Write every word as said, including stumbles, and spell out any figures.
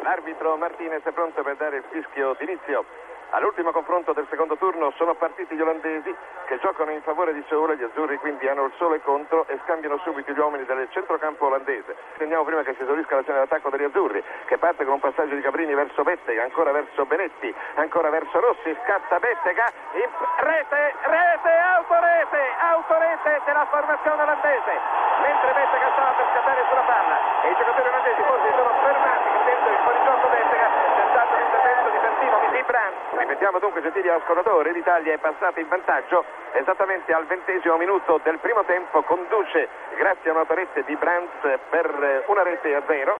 L'arbitro Martinez è pronto per dare il fischio d'inizio. All'ultimo confronto del secondo turno sono partiti gli olandesi che giocano in favore di Seul, gli azzurri quindi hanno il sole contro e scambiano subito gli uomini del centrocampo olandese. Andiamo prima che si esaurisca l'azione d'attacco degli azzurri, che parte con un passaggio di Cabrini verso Bettega, ancora verso Benetti, ancora verso Rossi, scatta Bettega, in rete, rete, autorete, autorete della formazione olandese, mentre Bettega stava per scattare sulla palla e i giocatori olandesi forse si sono fermati credendo il fuorigioco Bettega, c'è stato l'intervento difensivo di Brandt. Ripetiamo dunque, gentili ascoltatori, l'Italia è passata in vantaggio esattamente al ventesimo minuto del primo tempo, conduce grazie a una rete di Brandt per una rete a zero.